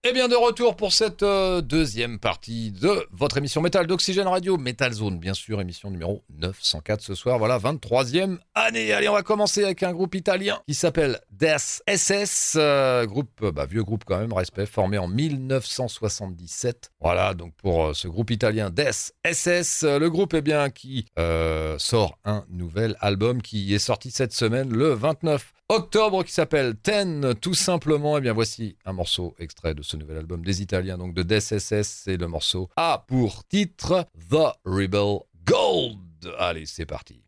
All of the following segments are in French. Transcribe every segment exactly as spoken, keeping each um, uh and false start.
Et bien de retour pour cette euh, deuxième partie de votre émission Métal d'Oxygène Radio, Metal Zone, bien sûr, émission numéro neuf cent quatre ce soir, voilà, vingt-troisième année. Allez, on va commencer avec un groupe italien qui s'appelle Death S S, euh, groupe, bah, vieux groupe quand même, respect, formé en dix-neuf cent soixante-dix-sept. Voilà, donc pour euh, ce groupe italien Death S S, euh, le groupe, eh bien, qui euh, sort un nouvel album qui est sorti cette semaine, le vingt-neuf octobre, qui s'appelle Ten, tout simplement. Et bien voici un morceau extrait de ce nouvel album des Italiens, donc de Death S S. C'est le morceau A pour titre The Rebel Gold. Allez, c'est parti.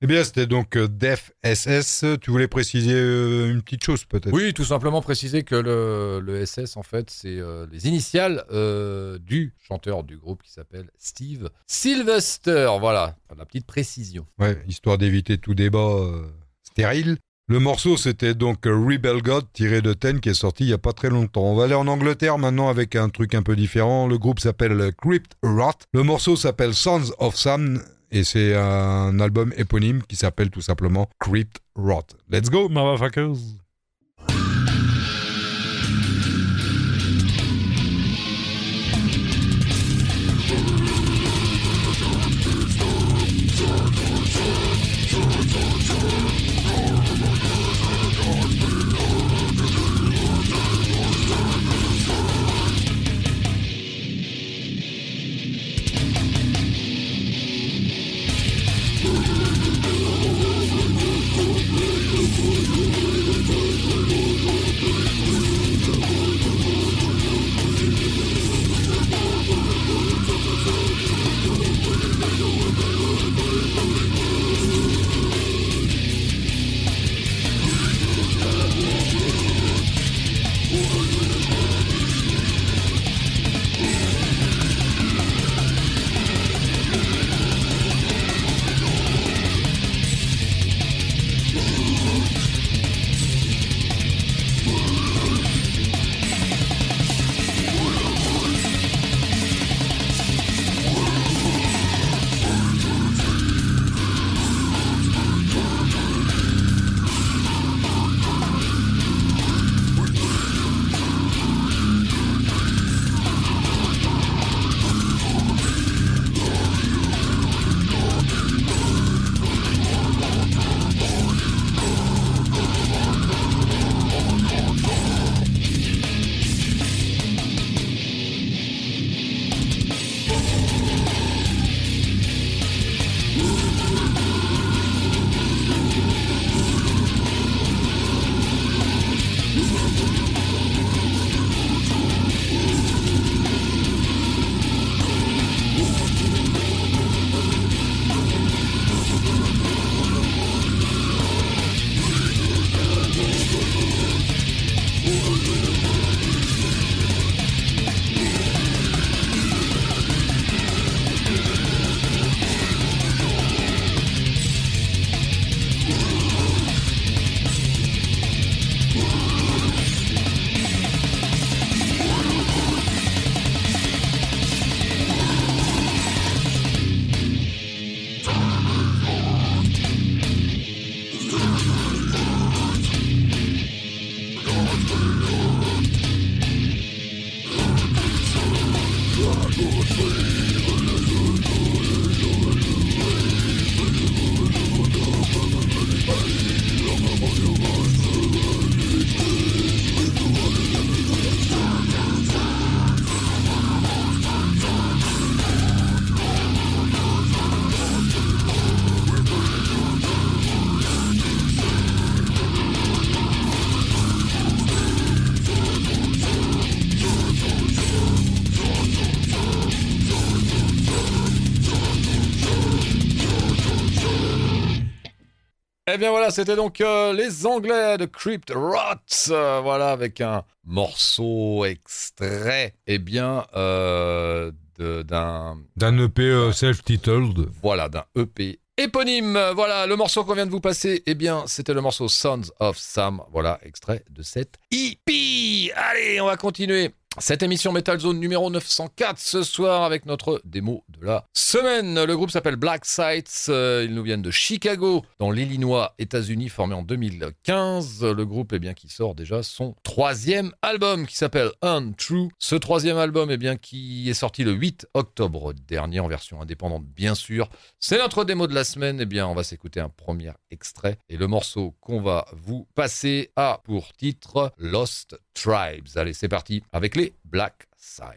Eh bien, c'était donc euh, Def S S. Tu voulais préciser euh, une petite chose, peut-être? Oui, tout simplement préciser que le, le S S, en fait, c'est euh, les initiales euh, du chanteur du groupe qui s'appelle Steve Sylvester. Voilà, la petite précision. Ouais, histoire d'éviter tout débat euh, stérile. Le morceau, c'était donc Rebel God, tiré de Ten, qui est sorti il n'y a pas très longtemps. On va aller en Angleterre maintenant avec un truc un peu différent. Le groupe s'appelle Crypt Rot. Le morceau s'appelle Sons of Sam, et c'est un album éponyme qui s'appelle tout simplement Crypt Rot. Let's go, motherfuckers! Eh bien voilà, c'était donc euh, les Anglais de Crypt Rot, euh, voilà, avec un morceau extrait, eh bien, euh, de, d'un... D'un E P euh, self-titled. Voilà, d'un E P éponyme. Voilà, le morceau qu'on vient de vous passer, eh bien, c'était le morceau Sons of Sam, voilà, extrait de cette E P. Allez, on va continuer cette émission Metal Zone numéro neuf cent quatre ce soir avec notre démo de la semaine. Le groupe s'appelle Black Sites, euh, ils nous viennent de Chicago, dans l'Illinois, États-Unis, formé en deux mille quinze. Le groupe, eh bien, qui sort déjà son troisième album qui s'appelle Untrue. Ce troisième album, eh bien, qui est sorti le huit octobre dernier en version indépendante, bien sûr. C'est notre démo de la semaine. Eh bien, on va s'écouter un premier extrait et le morceau qu'on va vous passer a pour titre Lost Tribes. Allez, c'est parti avec les Black Sides.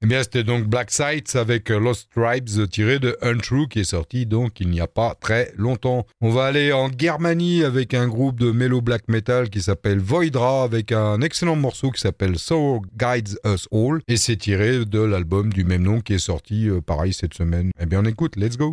bien, c'était donc Black Sights avec Lost Tribes tiré de Untrue qui est sorti donc il n'y a pas très longtemps. On va aller en Germanie avec un groupe de mellow black metal qui s'appelle Voidra avec un excellent morceau qui s'appelle So Guides Us All et c'est tiré de l'album du même nom qui est sorti euh, pareil cette semaine. Eh bien on écoute, let's go.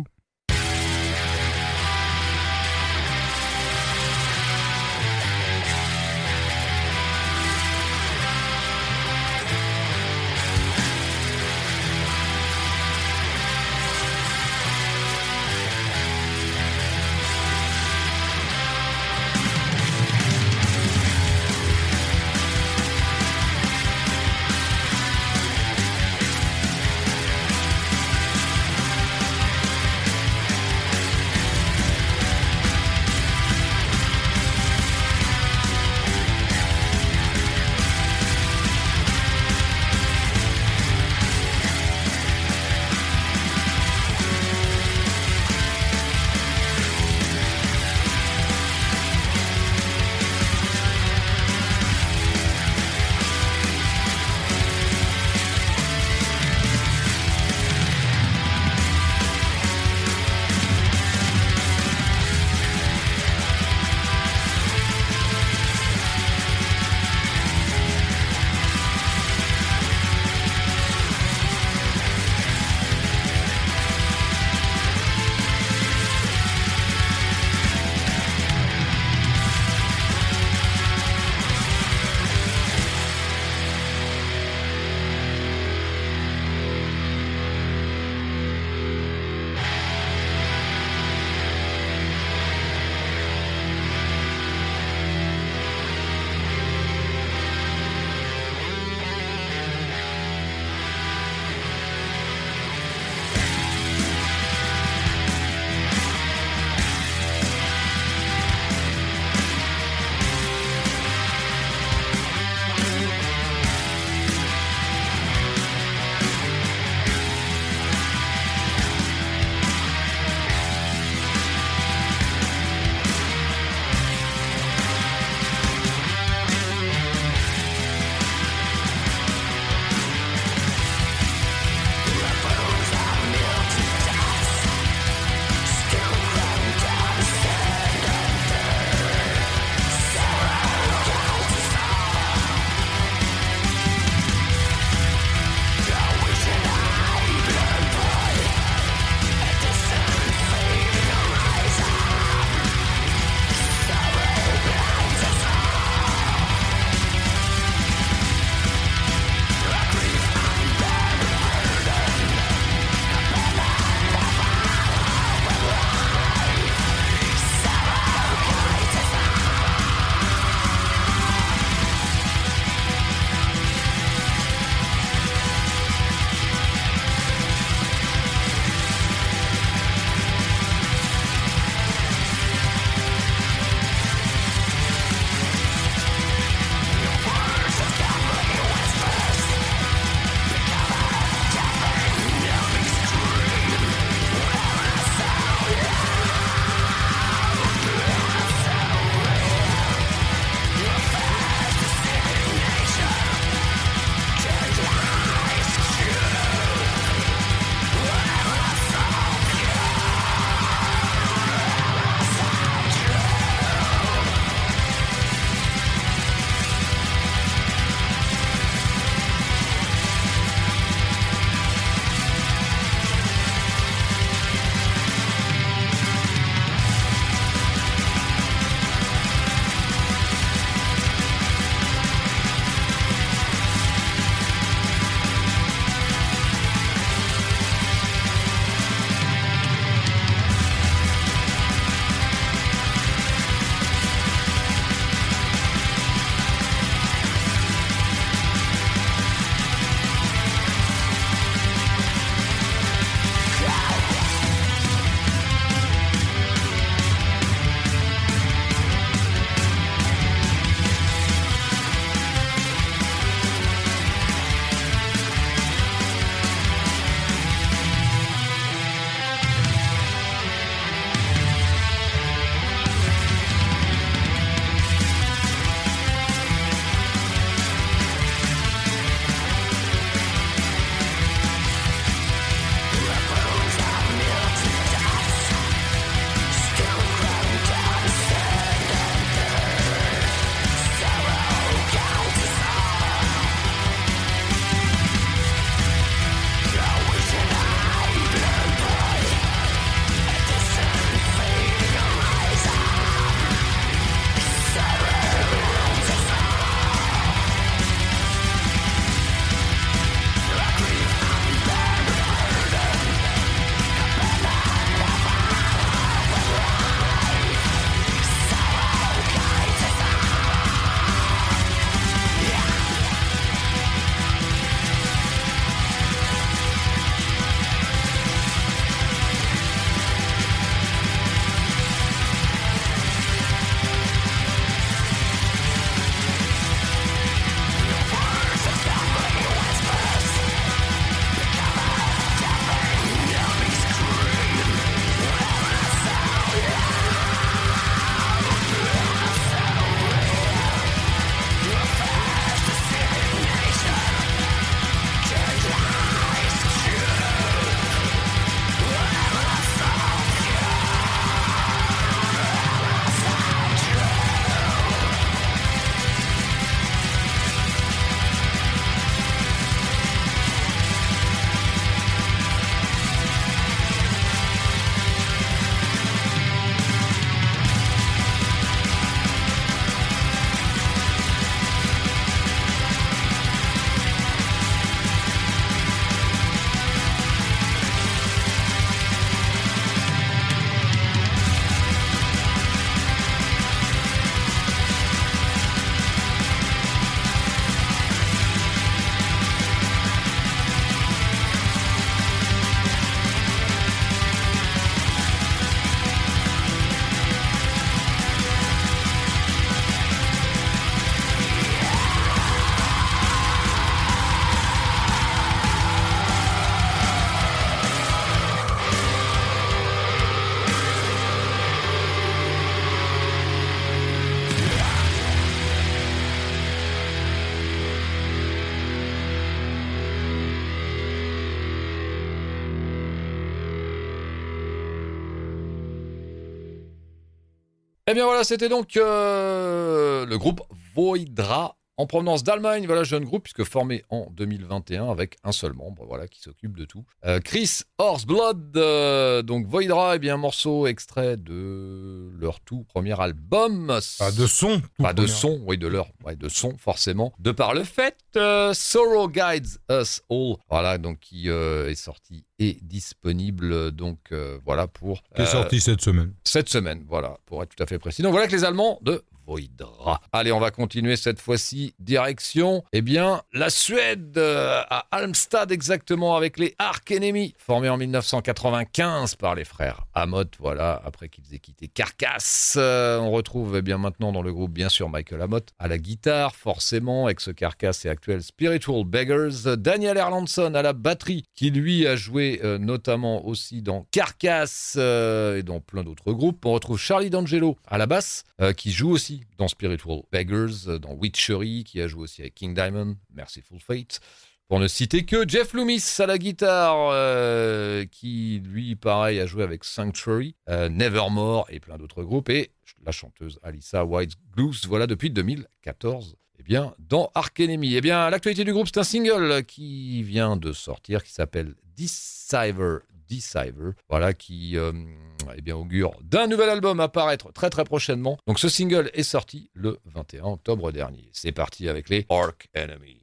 Eh bien voilà, c'était donc euh, le groupe Voidra, en provenance d'Allemagne, voilà, jeune groupe, puisque formé en deux mille vingt et un avec un seul membre, voilà, qui s'occupe de tout. Euh, Chris Horseblood, euh, donc Voidra, eh bien, un morceau extrait de leur tout premier album. Pas de son. Pas de son, oui, de leur, ouais, de son, forcément. De par le fait, euh, Sorrow Guides Us All, voilà, donc qui euh, est sorti et disponible, donc euh, voilà, pour... Qui est euh, sorti cette semaine. Cette semaine, voilà, pour être tout à fait précis. Donc voilà que les Allemands de Voidra. Allez, on va continuer cette fois-ci. Direction, eh bien, la Suède, euh, à Halmstad exactement, avec les Arch Enemy, formés en dix-neuf cent quatre-vingt-quinze par les frères Amott, voilà, après qu'ils aient quitté Carcass. Euh, on retrouve, eh bien, maintenant dans le groupe, bien sûr, Michael Amott à la guitare, forcément, ex-Carcass et actuel Spiritual Beggars. Daniel Erlandsson à la batterie, qui lui a joué euh, notamment aussi dans Carcass euh, et dans plein d'autres groupes. On retrouve Charlie D'Angelo à la basse, euh, qui joue aussi dans Spiritual Beggars, dans Witchery, qui a joué aussi avec King Diamond, Merciful Fate, pour ne citer que. Jeff Loomis à la guitare, euh, qui lui, pareil, a joué avec Sanctuary, euh, Nevermore et plein d'autres groupes, et la chanteuse Alyssa White-Goose, voilà, depuis deux mille quatorze. Eh bien, dans Arch Enemy, eh bien, l'actualité du groupe, c'est un single qui vient de sortir, qui s'appelle Deceiver, Deceiver, voilà, qui euh, eh bien, augure d'un nouvel album à paraître très très prochainement. Donc ce single est sorti le vingt et un octobre dernier. C'est parti avec les Arch Enemy.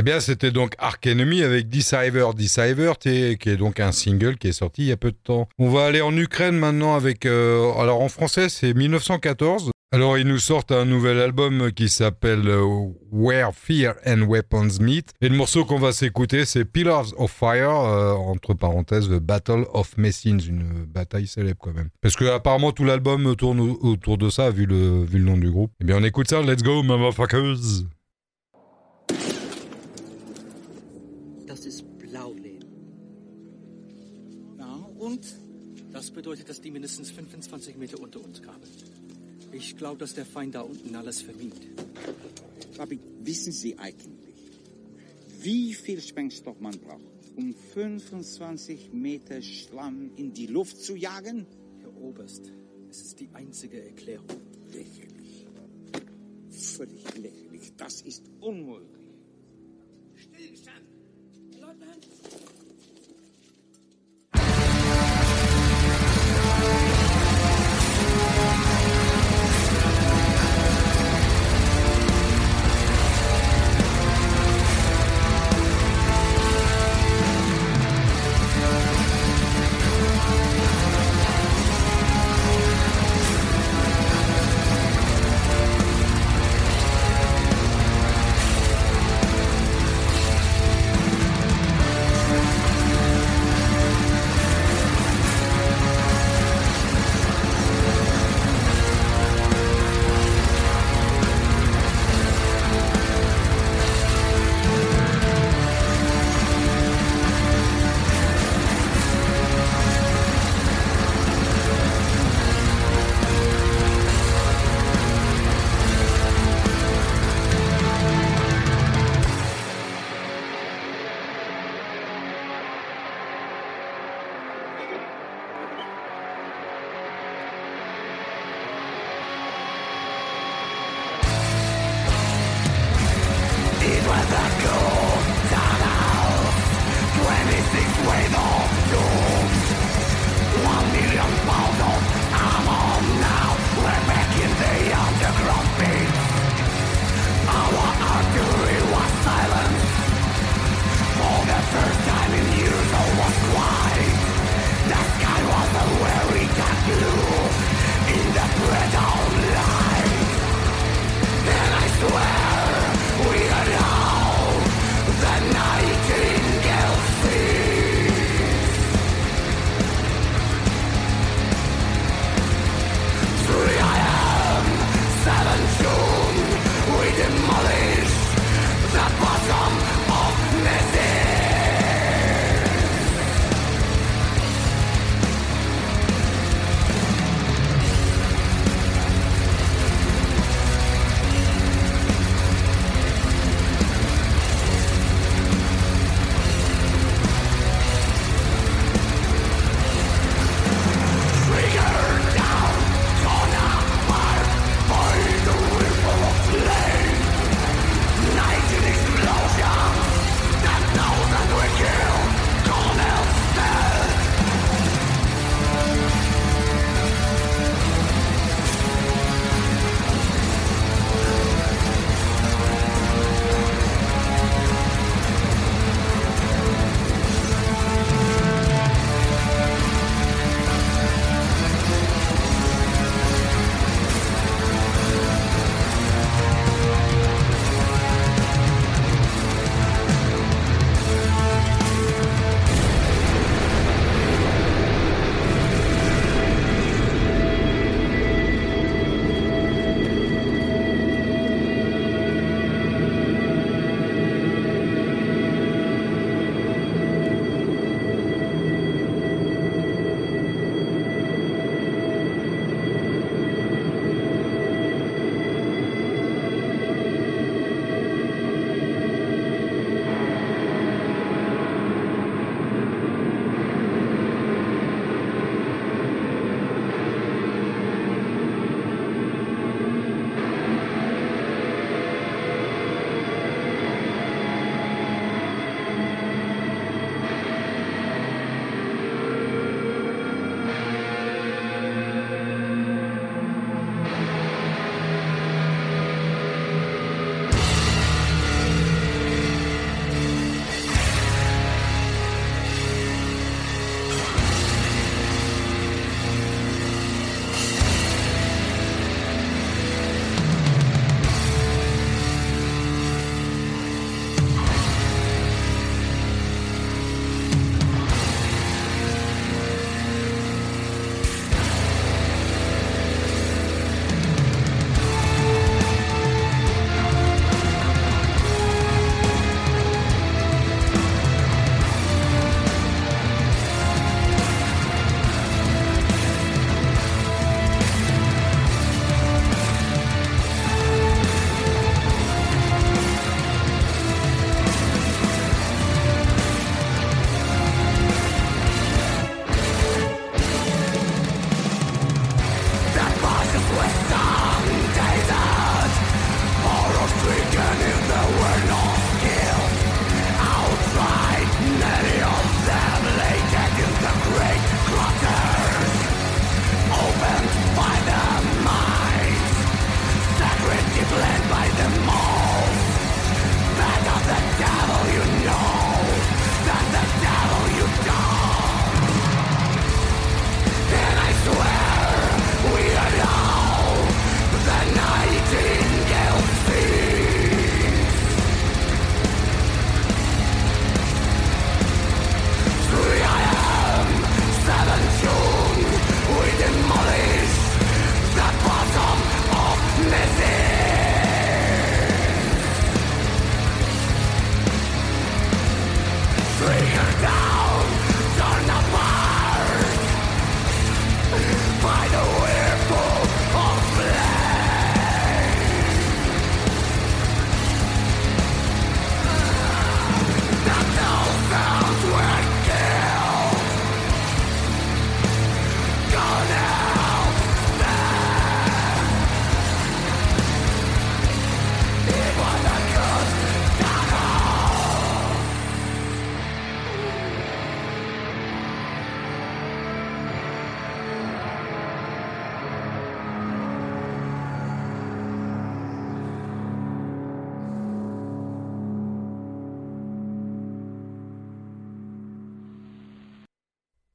Eh bien, c'était donc Arch Enemy avec Deceiver Deceiver, qui est donc un single qui est sorti il y a peu de temps. On va aller en Ukraine maintenant avec... Euh, alors en français, c'est dix-neuf cent quatorze. Alors, ils nous sortent un nouvel album qui s'appelle euh, Where Fear and Weapons Meet. Et le morceau qu'on va s'écouter, c'est Pillars of Fire, euh, entre parenthèses, The Battle of Messines, une bataille célèbre quand même. Parce que apparemment tout l'album tourne autour de ça, vu le, vu le nom du groupe. Eh bien, on écoute ça, let's go, motherfuckers! Das ist Blauleben. Ja, und? Das bedeutet, dass die mindestens fünfundzwanzig Meter unter uns kabeln. Ich glaube, dass der Feind da unten alles vermint. Papi, wissen Sie eigentlich, wie viel Sprengstoff man braucht, um fünfundzwanzig Meter Schlamm in die Luft zu jagen? Herr Oberst, es ist die einzige Erklärung. Lächerlich. Völlig lächerlich. Das ist unmöglich. Stillstand! Leutnant!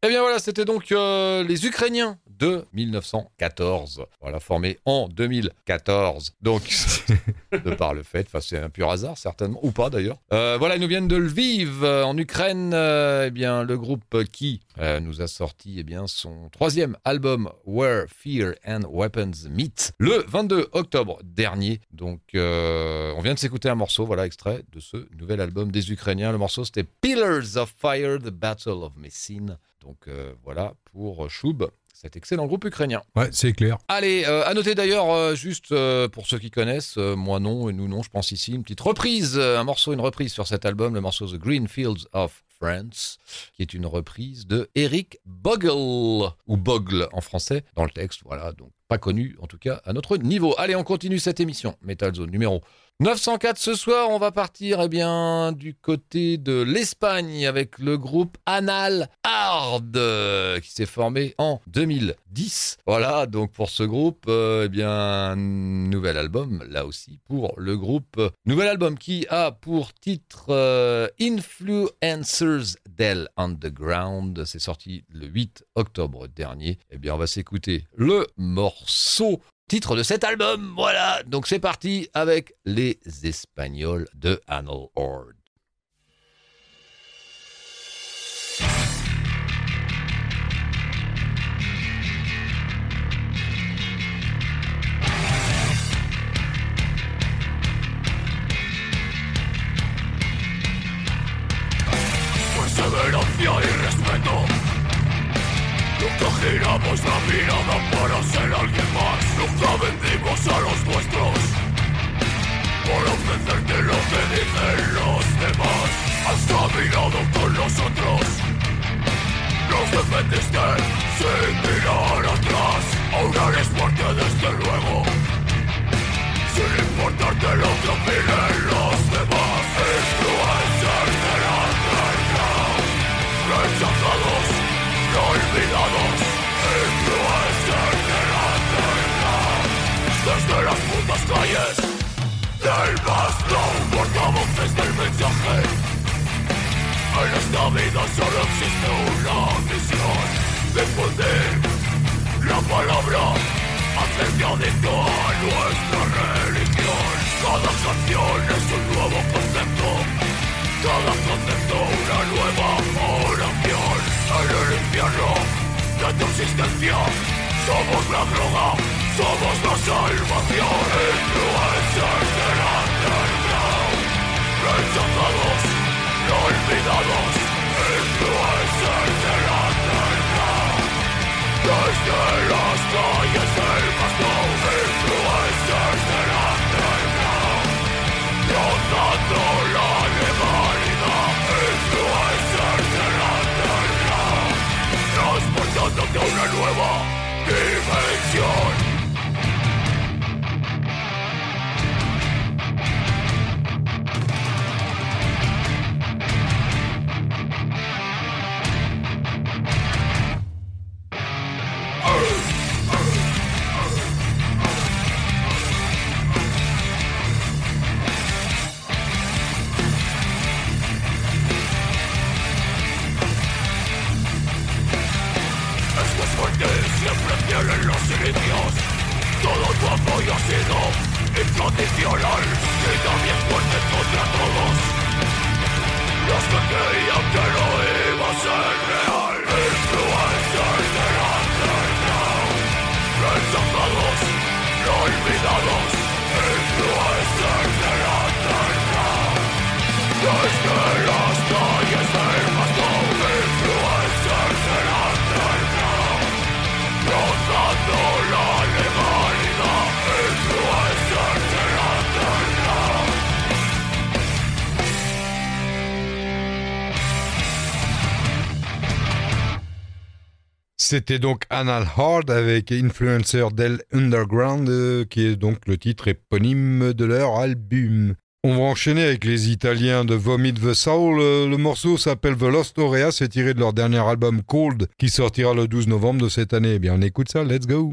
Eh bien voilà, c'était donc euh, les Ukrainiens de mille neuf cent quatorze. Voilà, formés en deux mille quatorze. Donc, de par le fait, enfin, c'est un pur hasard, certainement, ou pas d'ailleurs. Euh, voilà, ils nous viennent de Lviv, euh, en Ukraine. Euh, eh bien, le groupe qui euh, nous a sorti eh bien, son troisième album, Where Fear and Weapons Meet, le vingt-deux octobre dernier. Donc, euh, on vient de s'écouter un morceau, voilà, extrait de ce nouvel album des Ukrainiens. Le morceau, c'était Pillars of Fire, The Battle of Messine. Donc, euh, voilà pour Choub. Cet excellent groupe ukrainien. Ouais, c'est clair. Allez, euh, à noter d'ailleurs, euh, juste euh, pour ceux qui connaissent, euh, moi non, et nous non, je pense ici, une petite reprise, euh, un morceau, une reprise sur cet album, le morceau The Green Fields of France, qui est une reprise de Eric Bogle, ou Bogle en français, dans le texte, voilà, donc pas connu, en tout cas, à notre niveau. Allez, on continue cette émission, Metal Zone numéro neuf cent quatre ce soir, on va partir eh bien, du côté de l'Espagne avec le groupe Anal Hard euh, qui s'est formé en deux mille dix. Voilà, donc pour ce groupe, euh, eh bien, nouvel album, là aussi, pour le groupe. Nouvel album qui a pour titre euh, Influencers del Underground. C'est sorti le huit octobre dernier. Eh bien, on va s'écouter le morceau titre de cet album, voilà. Donc c'est parti avec les Espagnols de Anal Hard. Perseverancia y respeto. Nunca giramos la mirada para ser alguien más. Nunca vendimos a los nuestros por ofrecerte lo que dicen los demás. Has caminado con nosotros, nos defendiste sin mirar atrás. Ahora eres fuerte desde luego, sin importarte lo que opinen los demás. Influencers del underground, rechazados, no olvidados. Influencers del underground, desde las putas calles del Maslow, portavoces del mensaje. En esta vida solo existe una misión: difundir la palabra, hacerte adicto a nuestra religión. Cada canción es un nuevo concepto, cada concepto una nueva oración. En el infierno de tu existencia somos la droga, somos la salvación. Influencers del underground, rechazados, no olvidados. Influencers del underground, desde las calles del Maslow. Influencers del underground, rozando la legalidad. Influencers del underground, transportándote a una nueva dimensión. Siempre tienen los inicios. Todo tu apoyo ha sido incondicional y también fuerte contra todos los que creían que no iba a ser real. Influencers del underground, rechazados, no olvidados. Influencers del underground, desde las calles del Maslow. Influencers del underground, rozando la legalidad. Influencers del underground. C'était donc Anal Hard avec Influencer del Underground, euh, qui est donc le titre éponyme de leur album. On va enchaîner avec les Italiens de Vomit the Soul. Le, le morceau s'appelle The Lost Aurea, c'est tiré de leur dernier album Cold, qui sortira le douze novembre de cette année. Eh bien, on écoute ça, let's go!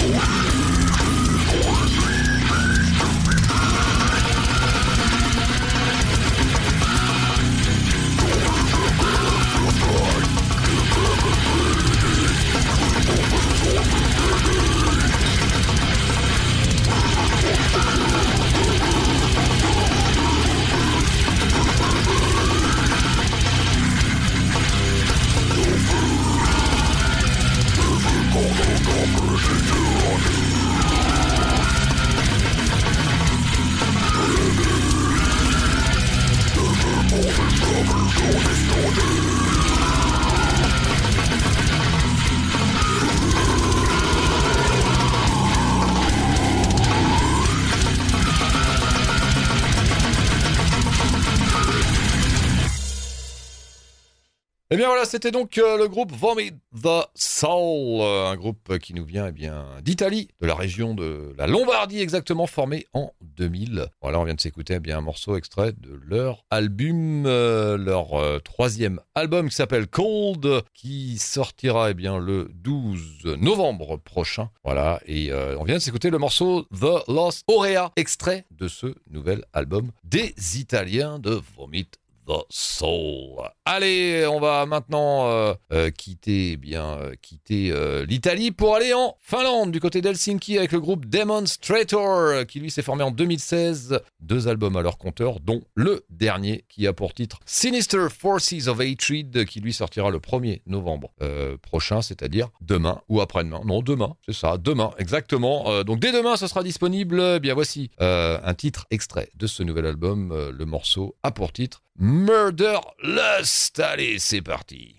Eh bien voilà, c'était donc euh, le groupe Vomit the Soul, euh, un groupe qui nous vient eh bien d'Italie, de la région de la Lombardie exactement, formé en deux mille. Voilà, on vient de s'écouter eh bien un morceau extrait de leur album, euh, leur euh, troisième album qui s'appelle Cold, qui sortira eh bien le douze novembre prochain. Voilà, et euh, on vient de s'écouter le morceau The Lost Aurea, extrait de ce nouvel album des Italiens de Vomit the Soul. Allez, on va maintenant euh, euh, quitter, eh bien, euh, quitter euh, l'Italie pour aller en Finlande, du côté d'Helsinki, avec le groupe Demonstrator, qui lui s'est formé en deux mille seize. Deux albums à leur compteur, dont le dernier qui a pour titre Sinister Forces of Hatred, qui lui sortira le premier novembre euh, prochain, c'est-à-dire demain ou après-demain. Non, demain, c'est ça, demain, exactement. Euh, donc dès demain, ce sera disponible. Eh bien voici euh, un titre extrait de ce nouvel album. Euh, le morceau a pour titre Murder Lust. Allez, c'est parti.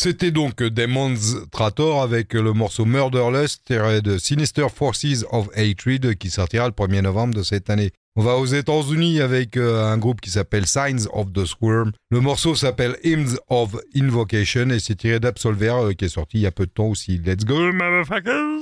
C'était donc Demonstrator avec le morceau Murderlust tiré de Sinister Forces of Hatred qui sortira le premier novembre de cette année. On va aux États-Unis avec euh, un groupe qui s'appelle Signs of the Swarm. Le morceau s'appelle Hymns of Invocation et c'est tiré d'Absolver euh, qui est sorti il y a peu de temps aussi. Let's go, motherfuckers!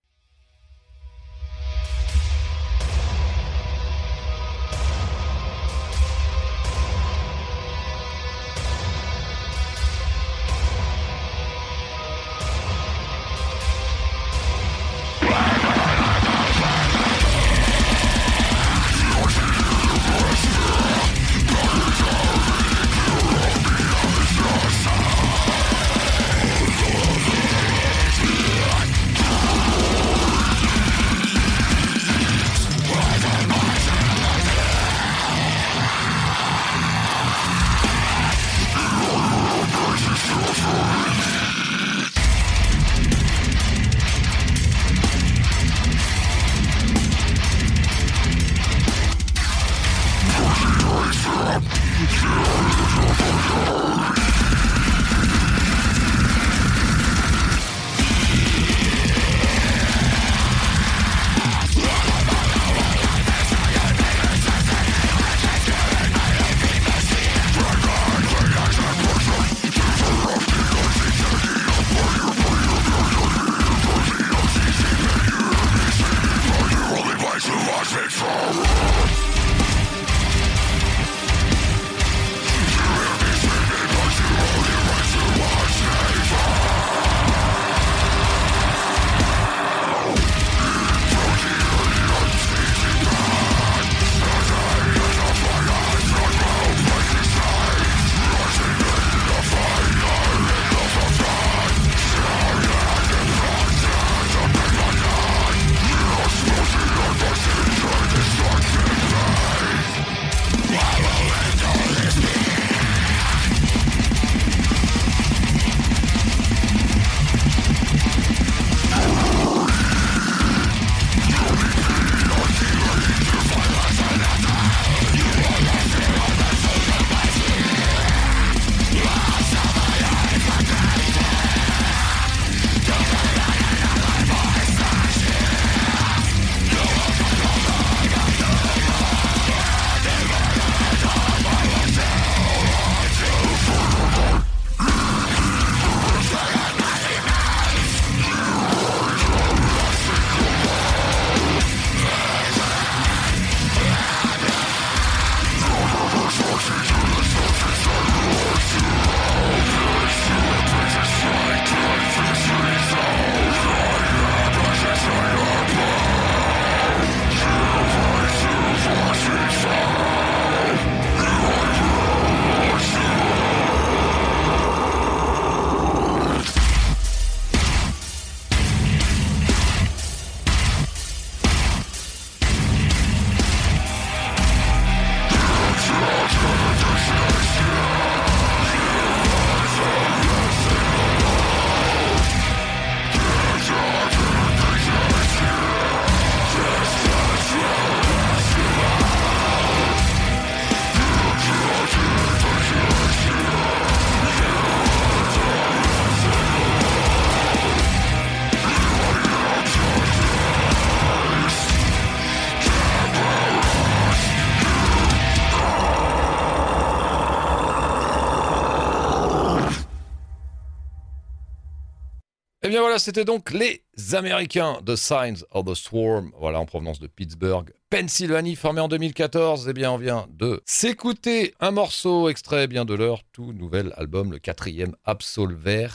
Et bien voilà, c'était donc les Américains de Signs of the Swarm, voilà, en provenance de Pittsburgh, Pennsylvanie, formé en deux mille quatorze. Eh bien, on vient de s'écouter un morceau extrait bien de leur tout nouvel album, le quatrième Absolver,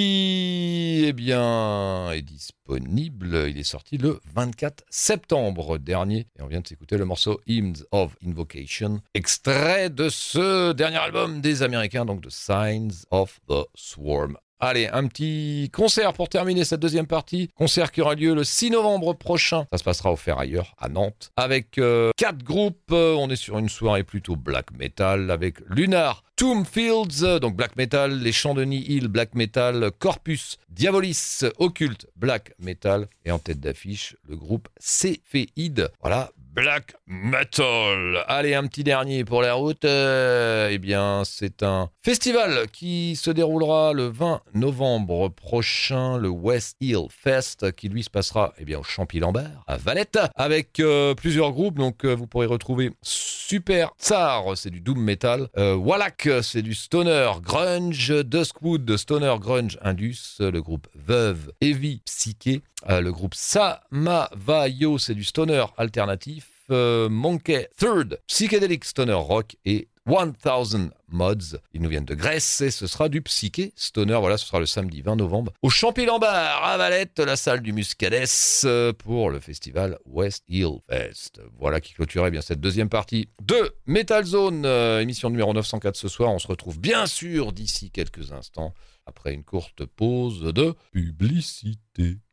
qui eh bien, est disponible. Il est sorti le vingt-quatre septembre dernier. Et on vient de s'écouter le morceau Hymns of Invocation, extrait de ce dernier album des Américains, donc de Signs of the Swarm. Allez, un petit concert pour terminer cette deuxième partie. Concert qui aura lieu le six novembre prochain. Ça se passera au Ferrailleur à Nantes. Avec euh, quatre groupes. Euh, on est sur une soirée plutôt black metal avec Lunar, Tombfields, donc black metal, les Chants de Nihil, black metal, Corpus, Diabolis, Occulte, black metal. Et en tête d'affiche, le groupe Céphéide. Voilà, black metal. Allez, un petit dernier pour la route. Euh, eh bien, c'est un festival qui se déroulera le vingt novembre prochain, le West Hill Fest, qui lui se passera eh bien, au Champy-Lambert, à Valette, avec euh, plusieurs groupes. Donc, euh, vous pourrez retrouver Super Tsar, c'est du doom metal. Euh, Wallach, c'est du stoner grunge. Duskwood, stoner grunge indus. Le groupe Veuve, heavy psyché. Euh, le groupe Samavayo, c'est du stoner alternatif. Euh, Monkey Third, psychédélique stoner rock. Et one thousand Mods, ils nous viennent de Grèce et ce sera du psyché stoner. Voilà, ce sera le samedi vingt novembre au Champy-Lambert à Valette, la salle du Muscadès, pour le festival West Hill Fest. Voilà qui clôturait bien cette deuxième partie de Metal Zone, euh, émission numéro neuf cent quatre ce soir. On se retrouve bien sûr d'ici quelques instants après une courte pause de publicité.